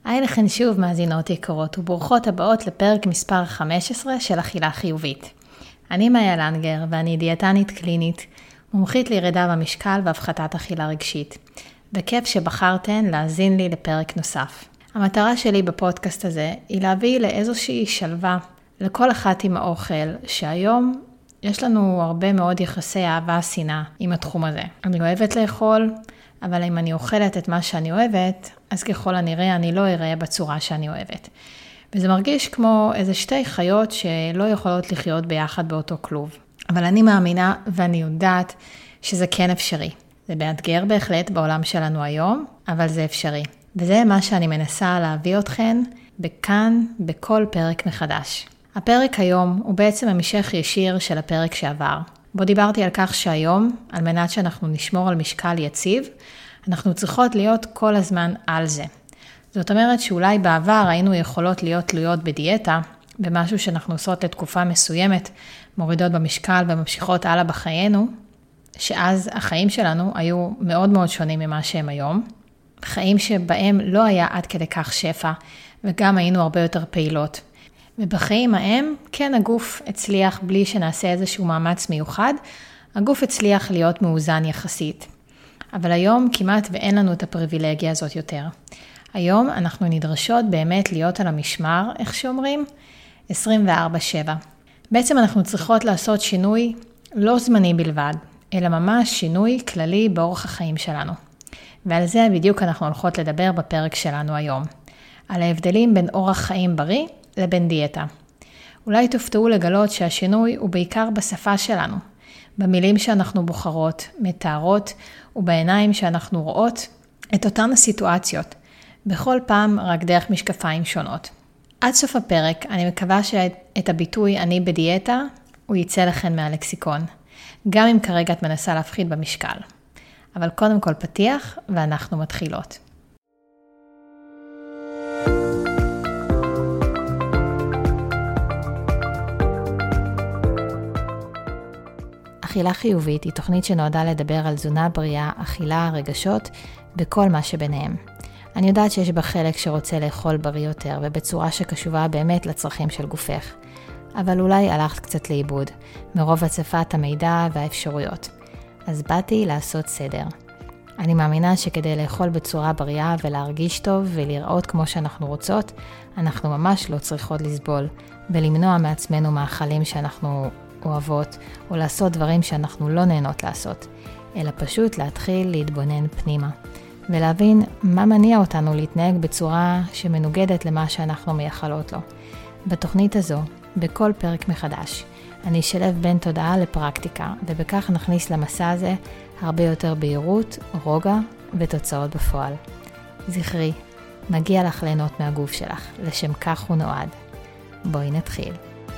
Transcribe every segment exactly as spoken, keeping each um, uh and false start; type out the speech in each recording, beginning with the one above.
היי לכן שוב מאזינות יקרות וברוכות הבאות לפרק מספר חמש עשרה של אכילה חיובית. אני מאיה לנגר ואני דיאטנית קלינית, מומחית לירידה במשקל והפחתת אכילה רגשית. וכיף שבחרתן להאזין לי לפרק נוסף. המטרה שלי בפודקאסט הזה היא להביא לאיזושהי שלווה לכל אחת עם האוכל, שהיום יש לנו הרבה מאוד יחסי אהבה שנאה עם התחום הזה. אני אוהבת לאכול, אבל אם אני אוכלת את מה שאני אוהבת, אז ככל הנראה אני לא אראה בצורה שאני אוהבת. וזה מרגיש כמו איזה שתי חיות שלא יכולות לחיות ביחד באותו כלוב. אבל אני מאמינה ואני יודעת שזה כן אפשרי. זה מאתגר בהחלט בעולם שלנו היום, אבל זה אפשרי. וזה מה שאני מנסה להביא אתכן בכאן, בכל פרק מחדש. הפרק היום הוא בעצם המשך ישיר של הפרק שעבר. בו דיברתי על כך שהיום, על מנת שאנחנו נשמור על משקל יציב, אנחנו צריכות להיות כל הזמן על זה. זאת אומרת שאולי בעבר היינו יכולות להיות תלויות בדיאטה, במשהו שאנחנו עושות לתקופה מסוימת, מורידות במשקל וממשיכות הלאה בחיינו, שאז החיים שלנו היו מאוד מאוד שונים ממה שהם היום. חיים שבהם לא היה עד כדי כך שפע, וגם היינו הרבה יותר פעילות. ובחיים ההם, כן הגוף הצליח בלי שנעשה איזשהו מאמץ מיוחד, הגוף הצליח להיות מאוזן יחסית. אבל היום כמעט ואין לנו את הפריבילגיה הזאת יותר. היום אנחנו נדרשות באמת להיות על המשמר, איך שאומרים, עשרים וארבע שבע. בעצם אנחנו צריכות לעשות שינוי לא זמני בלבד, אלא ממש שינוי כללי באורח החיים שלנו. ועל זה בדיוק אנחנו הולכות לדבר בפרק שלנו היום. על ההבדלים בין אורח חיים בריא לבין דיאטה. אולי תופתעו לגלות שהשינוי הוא בעיקר בשפה שלנו, במילים שאנחנו בוחרות, מתארות ובעיניים שאנחנו רואות את אותן הסיטואציות, בכל פעם רק דרך משקפיים שונות. עד סוף הפרק אני מקווה שאת הביטוי אני בדיאטה הוא יצא לכן מהלקסיקון, גם אם כרגע את מנסה להפחית במשקל. אבל קודם כל פתיח ואנחנו מתחילות. אכילה חיובית היא תוכנית שנועדה לדבר על תזונה בריאה, אכילה, רגשות, בכל מה שביניהם. אני יודעת שיש בה חלק שרוצה לאכול בריא יותר, ובצורה שקשובה באמת לצרכים של גופך. אבל אולי הלכת קצת לאיבוד, מרוב הצפת המידע והאפשרויות. אז באתי לעשות סדר. אני מאמינה שכדי לאכול בצורה בריאה ולהרגיש טוב ולראות כמו שאנחנו רוצות, אנחנו ממש לא צריכות לסבול, ולמנוע מעצמנו מאכלים שאנחנו אוהבות, או לעשות דברים שאנחנו לא נהנות לעשות, אלא פשוט להתחיל להתבונן פנימה, ולהבין מה מניע אותנו להתנהג בצורה שמנוגדת למה שאנחנו מייחלות לו. בתוכנית הזו, בכל פרק מחדש, אני אשלב בין תודעה לפרקטיקה, ובכך נכניס למסע הזה הרבה יותר בהירות, רוגע ותוצאות בפועל. זכרי, מגיע לך ליהנות מהגוף שלך, לשם כך הוא נועד. בואי נתחיל.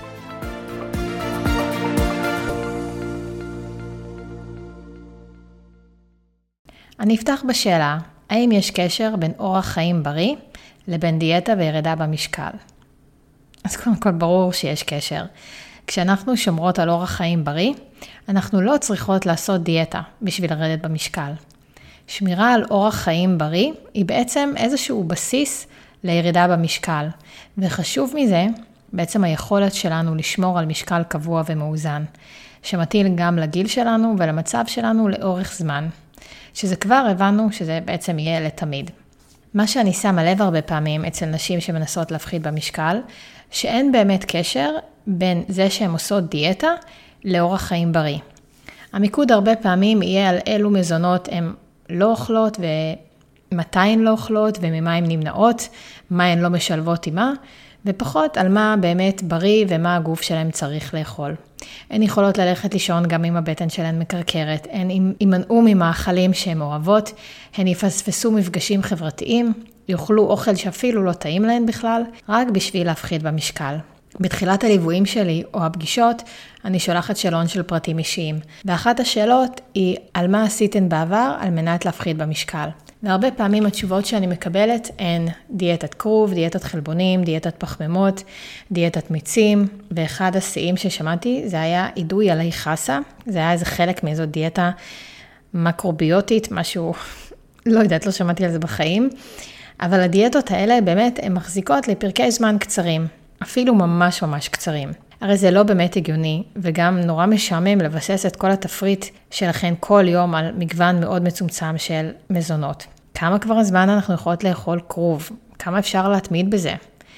אני אפתח בשאלה, האם יש קשר בין אורח חיים בריא לבין דיאטה וירידה במשקל? אז קודם כל ברור שיש קשר. כשאנחנו שומרות על אורח חיים בריא, אנחנו לא צריכות לעשות דיאטה בשביל לרדת במשקל. שמירה על אורח חיים בריא היא בעצם איזשהו בסיס לירידה במשקל. וחשוב מזה, בעצם היכולת שלנו לשמור על משקל קבוע ומאוזן, שמתאים גם לגיל שלנו ולמצב שלנו לאורך זמן. שזה כבר הבנו שזה בעצם יהיה לתמיד. מה שאני שמה לב הרבה פעמים אצל נשים שמנסות להפחית במשקל, שאין באמת קשר בין זה שהן עושות דיאטה לאורח חיים בריא. המיקוד הרבה פעמים יהיה על אילו מזונות הן לא אוכלות ומתי הן לא אוכלות וממה הן נמנעות, מה הן לא משלבות עם מה, ופחות על מה באמת בריא ומה הגוף שלהם צריך לאכול. הן יכולות ללכת לישון גם אם הבטן שלהן מקרקרת, הן יימנעו ממאכלים שהן אוהבות, הן יפספסו מפגשים חברתיים, יאכלו אוכל שאפילו לא טעים להן בכלל, רק בשביל להפחית במשקל. בתחילת הליוויים שלי או הפגישות, אני שולחת שאלון של פרטים אישיים, ואחת השאלות היא על מה עשיתן בעבר על מנת להפחית במשקל. והרבה פעמים התשובות שאני מקבלת הן דיאטת כרוב, דיאטת חלבונים, דיאטת פחמימות, דיאטת מיצים, ואחד השיאים ששמעתי זה היה אידוי עלי חסה, זה היה איזה חלק מאיזו דיאטה מקרוביוטית, משהו, לא יודעת, לא שמעתי על זה בחיים, אבל הדיאטות האלה באמת הן מחזיקות לפרקי זמן קצרים, אפילו ממש ממש קצרים. הרי זה לא באמת הגיוני, וגם נורא משעמם לבסס את כל התפריט שלכן כל יום על מגוון מאוד מצומצם של מזונות. כמה כבר הזמן אנחנו יכולות לאכול קרוב? כמה אפשר להתמיד בזה?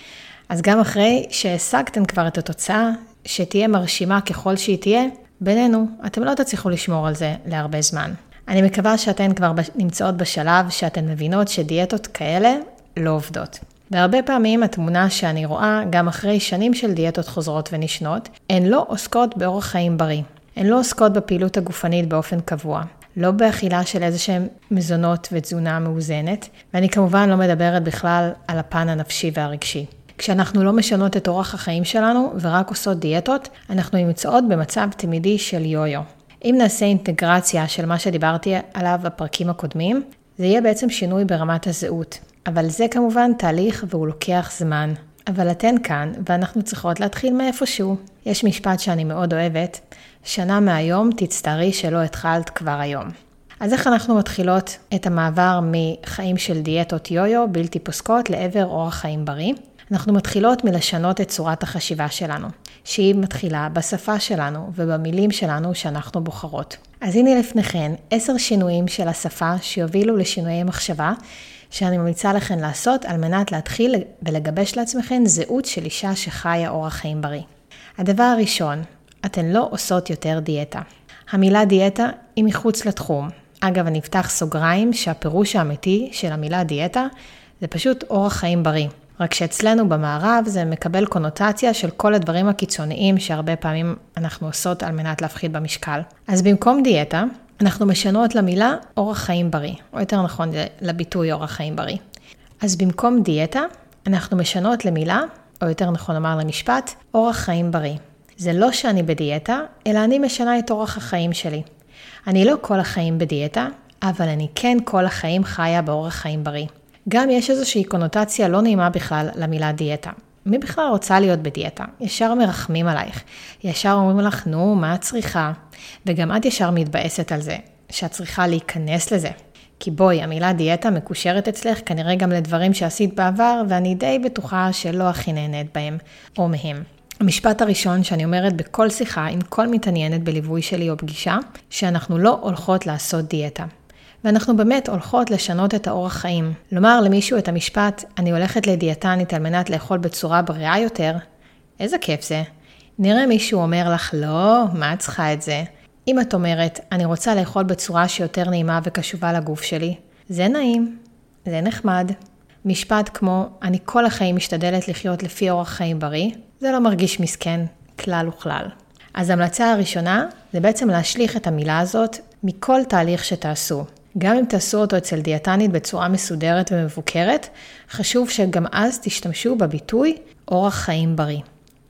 אז גם אחרי שהשגתן כבר את התוצאה, שתהיה מרשימה ככל שהיא תהיה, בינינו, אתם לא תצליחו לשמור על זה להרבה זמן. אני מקווה שאתן כבר נמצאות בשלב שאתן מבינות שדיאטות כאלה לא עובדות. והרבה פעמים התמונה שאני רואה, גם אחרי שנים של דיאטות חוזרות ונשנות, הן לא עוסקות באורח חיים בריא. הן לא עוסקות בפעילות הגופנית באופן קבוע. לא באכילה של איזשהם מזונות ותזונה מאוזנת, ואני כמובן לא מדברת בכלל על הפן הנפשי והרגשי. כשאנחנו לא משנות את אורח החיים שלנו ורק עושות דיאטות, אנחנו נמצאות במצב תמידי של יו-יו. אם נעשה אינטגרציה של מה שדיברתי עליו בפרקים הקודמים, זה יהיה בעצם שינוי ברמת הזהות. אבל זה כמובן תהליך והוא לוקח זמן. אבל אתן כאן ואנחנו צריכות להתחיל מאיפשהו. יש משפט שאני מאוד אוהבת, שנה מהיום תצטערי שלא התחלת כבר היום. אז איך אנחנו מתחילות את המעבר מחיים של דיאטות יו-יו בלתי פוסקות לעבר אורח חיים בריא? אנחנו מתחילות מלשנות את צורת החשיבה שלנו, שהיא מתחילה בשפה שלנו ובמילים שלנו שאנחנו בוחרות. אז הנה לפניכן עשר שינויים של השפה שיובילו לשינויי מחשבה, שאני ממליצה לכן לעשות על מנת להתחיל ולגבש לעצמכן זהות של אישה שחיה אורח חיים בריא. הדבר הראשון, אתן לא עושות יותר דיאטה. המילה דיאטה היא מחוץ לתחום. אגב, אני אפתח סוגריים שהפירוש האמיתי של המילה דיאטה זה פשוט אורח חיים בריא. רק שאצלנו במערב זה מקבל קונוטציה של כל הדברים הקיצוניים שהרבה פעמים אנחנו עושות על מנת להפחית במשקל. אז במקום דיאטה, אנחנו משנות למילה אורח חיים בריא, או יותר נכון לביטוי אורח חיים בריא. אז במקום דיאטה, אנחנו משנות למילה, או יותר נכון לומר למשפט, אורח חיים בריא. זה לא שאני בדיאטה, אלא אני משנה את אורח החיים שלי. אני לא כל החיים בדיאטה, אבל אני כן כל החיים חיה באורח חיים בריא. גם יש איזושהי קונוטציה לא נעימה בכלל למילה דיאטה. מי בכלל רוצה להיות בדיאטה? ישר מרחמים עלייך. ישר אומרים לך, נו, מה את צריכה? וגם את ישר מתבאסת על זה, שאת צריכה להיכנס לזה. כי בואי, המילה דיאטה מקושרת אצלך כנראה גם לדברים שעשית בעבר, ואני די בטוחה שלא הכי נהנית בהם או מהם. המשפט הראשון שאני אומרת בכל שיחה עם כל מתעניינת בליווי שלי או פגישה, שאנחנו לא הולכות לעשות דיאטה. ואנחנו באמת הולכות לשנות את האורח חיים. לומר למישהו את המשפט, אני הולכת לדיאטנית על מנת לאכול בצורה בריאה יותר, איזה כיף זה. נראה מישהו אומר לך, לא, מה את צריכה את זה? אם את אומרת, אני רוצה לאכול בצורה שיותר נעימה וקשובה לגוף שלי, זה נעים, זה נחמד. משפט כמו, אני כל החיים משתדלת לחיות לפי אורח חיים בריא, זה לא מרגיש מסכן, כלל וכלל. אז המלצה הראשונה, זה בעצם להשליך את המילה הזאת מכל תהליך שתעשו. גם אם תעשו אותו אצל דיאטנית בצורה מסודרת ומבוקרת, חשוב שגם אז תשתמשו בביטוי אורח חיים בריא.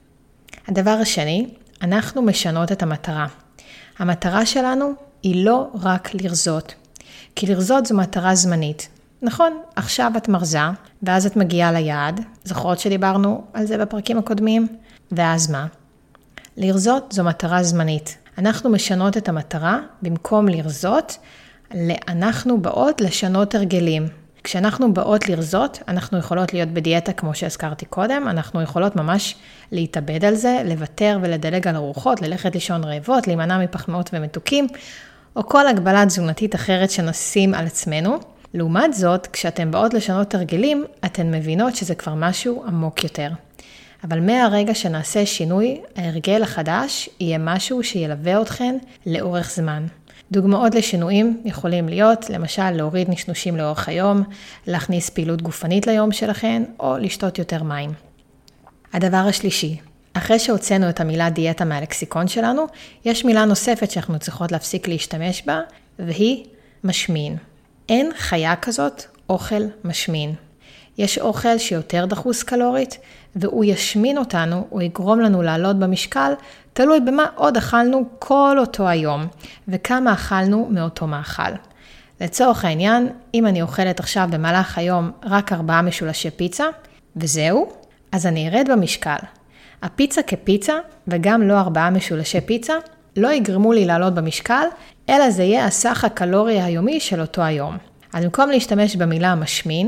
הדבר השני, אנחנו משנות את המטרה. המטרה שלנו היא לא רק לרזות, כי לרזות זו מטרה זמנית. נכון, עכשיו את מרזה, ואז את מגיעה ליעד, זוכרות שדיברנו על זה בפרקים הקודמים, ואז מה? לרזות זו מטרה זמנית. אנחנו משנות את המטרה, במקום לרזות, אנחנו באות לשנות הרגלים. כשאנחנו באות לרזות, אנחנו יכולות להיות בדיאטה כמו שהזכרתי קודם, אנחנו יכולות ממש להתאבד על זה, לוותר ולדלג על ארוחות, ללכת לישון רעבות, להימנע מפחמימות ומתוקים, או כל הגבלה תזונתית אחרת שנשים על עצמנו. לעומת זאת, כשאתם באות לשנות הרגלים, אתן מבינות שזה כבר משהו עמוק יותר. אבל מהרגע שנעשה שינוי, ההרגל החדש יהיה משהו שילווה אתכן לאורך זמן. דוגמאות לשינויים יכולים להיות, למשל, להוריד נשנושים לאורך היום, להכניס פעילות גופנית ליום שלכן, או לשתות יותר מים. הדבר השלישי, אחרי שהוצאנו את המילה דיאטה מהלקסיקון שלנו, יש מילה נוספת שאנחנו צריכות להפסיק להשתמש בה, והיא משמין. אין חיה כזאת אוכל משמין. יש אוכל שיותר דחוס קלורית, והוא ישמין אותנו, הוא יגרום לנו לעלות במשקל, תלוי במה עוד אכלנו כל אותו היום, וכמה אכלנו מאותו מאכל. לצורך העניין, אם אני אוכלת עכשיו במהלך היום רק ארבעה משולשי פיצה, וזהו, אז אני ארד במשקל. הפיצה כפיצה, וגם לא ארבעה משולשי פיצה, לא יגרמו לי לעלות במשקל, אלא זה יהיה הסך הקלורי היומי של אותו היום. אז במקום להשתמש במילה משמין,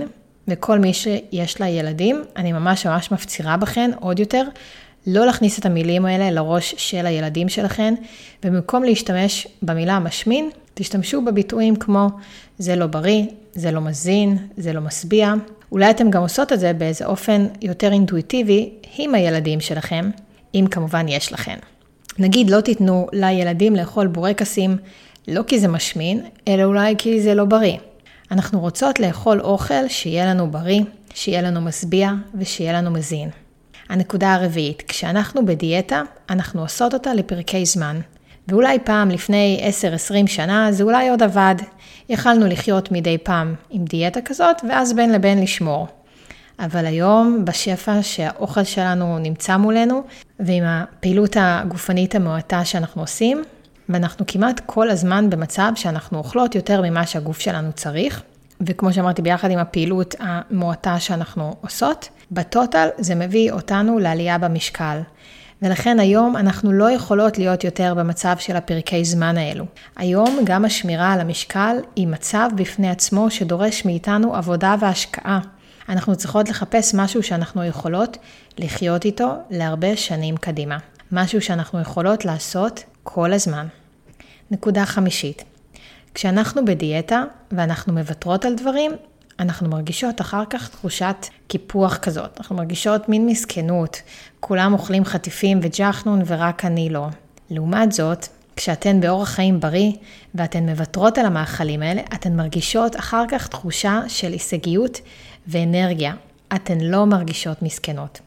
וכל מי שיש לה ילדים, אני ממש ממש מפצירה בכן עוד יותר, לא להכניס את המילים האלה לראש של הילדים שלכן, ובמקום להשתמש במילה משמין, תשתמשו בביטויים כמו זה לא בריא, זה לא מזין, זה לא משביע. אולי אתם גם עושות את זה באיזה אופן יותר אינטואיטיבי עם הילדים שלכם, אם כמובן יש לכם. נגיד לא תיתנו לילדים לאכול בורקסים, לא כי זה משמין, אלא אולי כי זה לא בריא. אנחנו רוצות לאכול אוכל שיהיה לנו בריא, שיהיה לנו משביע ושיהיה לנו מזין. הנקודה הרביעית, כשאנחנו בדיאטה, אנחנו עושות אותה לפרקי זמן. ואולי פעם לפני עשר עשרים שנה זה אולי עוד עבד. יכלנו לחיות מדי פעם עם דיאטה כזאת ואז בין לבין לשמור. אבל היום בשפע שהאוכל שלנו נמצא מולנו ועם הפעילות הגופנית המועטה שאנחנו עושים, ואנחנו כמעט כל הזמן במצב שאנחנו אוכלות יותר ממה שהגוף שלנו צריך, וכמו שאמרתי ביחד עם הפעילות המועטה שאנחנו עושות, בטוטל זה מביא אותנו לעלייה במשקל. ולכן היום אנחנו לא יכולות להיות יותר במצב של הפרקי זמן האלו. היום גם השמירה על המשקל היא מצב בפני עצמו שדורש מאיתנו עבודה והשקעה. אנחנו צריכות לחפש משהו שאנחנו יכולות לחיות איתו להרבה שנים קדימה. משהו שאנחנו יכולות לעשות כל הזמן. נקודה חמישית. כשאנחנו בדיאטה ואנחנו מוותרות על דברים, אנחנו מרגישות אחר כך תחושת קיפוח כזאת. אנחנו מרגישות מין מסכנות. כולם אוכלים חטיפים וג'חנון ורק אני לא. לעומת זאת, כשאתן באורח חיים בריא ואתן מוותרות על המאכלים האלה, אתן מרגישות אחר כך תחושה של הישגיות ואנרגיה. אתן לא מרגישות מסכנות.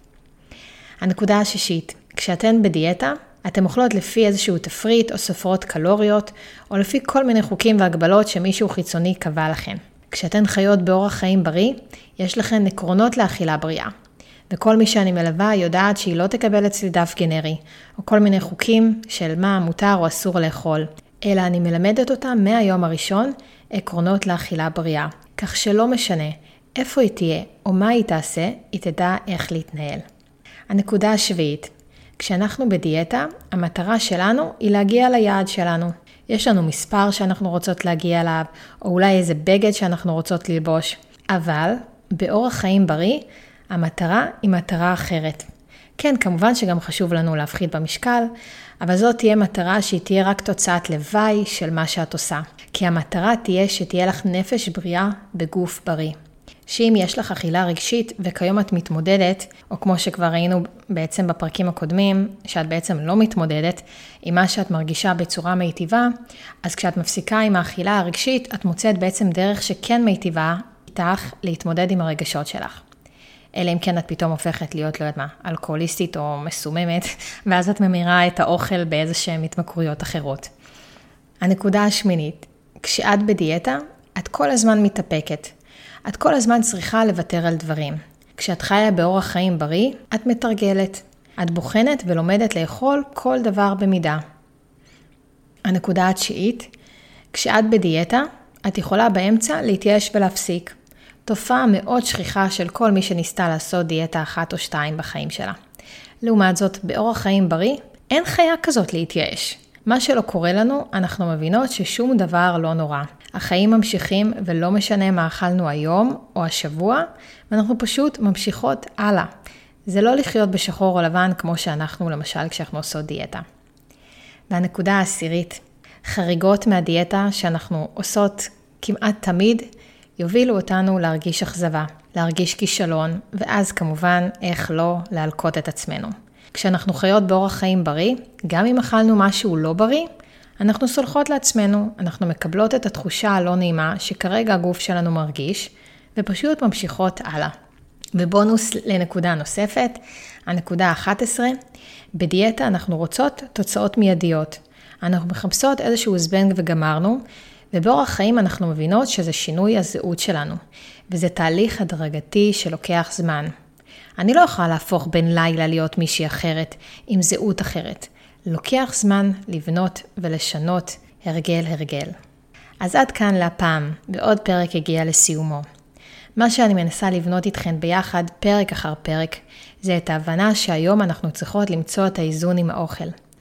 הנקודה השישית, כשאתן בדיאטה, אתן אוכלות לפי איזשהו תפריט או סופרות קלוריות, או לפי כל מיני חוקים והגבלות שמישהו חיצוני קבע לכם. כשאתן חיות באורח חיים בריא, יש לכן עקרונות לאכילה בריאה. וכל מי שאני מלווה יודעת שהיא לא תקבל אצלי דף גנרי, או כל מיני חוקים של מה מותר או אסור לאכול, אלא אני מלמדת אותה מהיום הראשון עקרונות לאכילה בריאה. כך שלא משנה איפה היא תהיה או מה היא תעשה, היא תדע איך להתנהל. הנקודה השביעית, כשאנחנו בדיאטה, המטרה שלנו היא להגיע ליעד שלנו. יש לנו מספר שאנחנו רוצות להגיע אליו, או אולי איזה בגד שאנחנו רוצות ללבוש. אבל באורח חיים בריא, המטרה היא מטרה אחרת. כן, כמובן שגם חשוב לנו להפחית במשקל, אבל זאת תהיה מטרה שהיא תהיה רק תוצאת לוואי של מה שאת עושה. כי המטרה תהיה שתהיה לך נפש בריאה בגוף בריא. שאם יש לך אכילה רגשית וכיום את מתמודדת, או כמו שכבר ראינו בעצם בפרקים הקודמים, שאת בעצם לא מתמודדת עם מה שאת מרגישה בצורה מיטיבה, אז כשאת מפסיקה עם האכילה הרגשית, את מוצאת בעצם דרך שכן מיטיבה איתך להתמודד עם הרגשות שלך. אלא אם כן את פתאום הופכת להיות, לא יודעת מה, אלכוהוליסטית או מסוממת, ואז את ממירה את האוכל באיזה שהן התמכרויות אחרות. הנקודה השמינית, כשאת בדיאטה, את כל הזמן מתאפקת. את כל הזמן צריכה לוותר על דברים. כשאת חיה באורח חיים בריא, את מתרגלת. את בוחנת ולומדת לאכול כל דבר במידה. הנקודה התשיעית, כשאת בדיאטה, את יכולה באמצע להתייאש ולהפסיק. תופעה מאוד שכיחה של כל מי שניסתה לעשות דיאטה אחת או שתיים בחיים שלה. לעומת זאת, באורח חיים בריא, אין חיה כזאת להתייאש. מה שלא קורה לנו, אנחנו מבינות ששום דבר לא נורא. החיים ממשיכים ולא משנה מה אכלנו היום או השבוע, ואנחנו פשוט ממשיכות הלאה. זה לא לחיות בשחור או לבן כמו שאנחנו למשל כשאנחנו עושות דיאטה. והנקודה העשירית, חריגות מהדיאטה שאנחנו עושות כמעט תמיד, יובילו אותנו להרגיש אכזבה, להרגיש כישלון, ואז כמובן איך לא להלקות את עצמנו. כשאנחנו חיות באורח חיים בריא, גם אם אכלנו משהו לא בריא, אנחנו סולחות לעצמנו, אנחנו מקבלות את התחושה הלא נעימה שכרגע הגוף שלנו מרגיש, ופשוט ממשיכות הלאה. ובונוס לנקודה נוספת, הנקודה ה-אחת עשרה, בדיאטה אנחנו רוצות תוצאות מיידיות. אנחנו מחפשות איזשהו זבנג וגמרנו, ובאורח חיים אנחנו מבינות שזה שינוי הזהות שלנו, וזה תהליך הדרגתי שלוקח זמן. אני לא יכולה להפוך בין לילה להיות מישהי אחרת עם זהות אחרת. לוקח זמן לבנות ולשנות הרגל הרגל. אז עד כאן להפעם, ועוד פרק הגיע לסיומו. מה שאני מנסה לבנות איתכן ביחד, פרק אחר פרק, זה את ההבנה שהיום אנחנו צריכות למצוא את האיזון עם האוכל.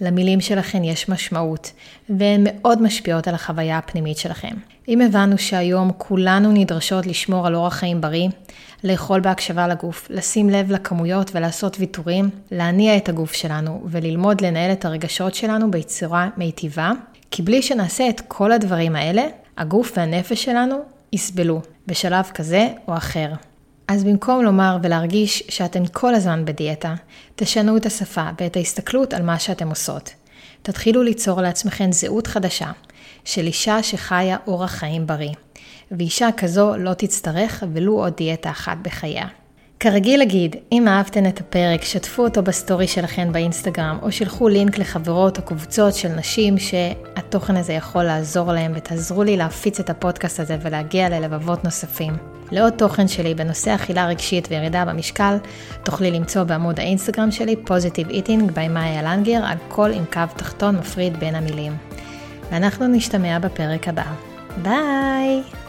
למילים שלכם יש משמעות, והן מאוד משפיעות על החוויה הפנימית שלכם. אם הבנו שהיום כולנו נדרשות לשמור על אורח חיים בריא, לאכול בהקשבה לגוף, לשים לב לכמויות ולעשות ויתורים, להניע את הגוף שלנו וללמוד לנהל את הרגשות שלנו בצורה מיטיבה, כי בלי שנעשה את כל הדברים האלה, הגוף והנפש שלנו יסבלו בשלב כזה או אחר. אז במקום לומר ולהרגיש שאתם כל הזמן בדיאטה, תשנו את השפה ואת ההסתכלות על מה שאתם עושות. תתחילו ליצור לעצמכם זהות חדשה של אישה שחיה אורח חיים בריא. ואישה כזו לא תצטרך ולו עוד דיאטה אחת בחייה. כרגיל להגיד, אם אהבתן את הפרק, שתפו אותו בסטורי שלכם באינסטגרם, או שלחו לינק לחברות או קבוצות של נשים שהתוכן הזה יכול לעזור להם, ותעזרו לי להפיץ את הפודקאסט הזה ולהגיע ללבבות נוספים. לעוד תוכן שלי בנושא אכילה רגשית וירידה במשקל, תוכלי למצוא בעמוד האינסטגרם שלי Positive Eating by מאיה לנגר, על כל עם קו תחתון מפריד בין המילים. ואנחנו נשתמע בפרק הבא. ביי!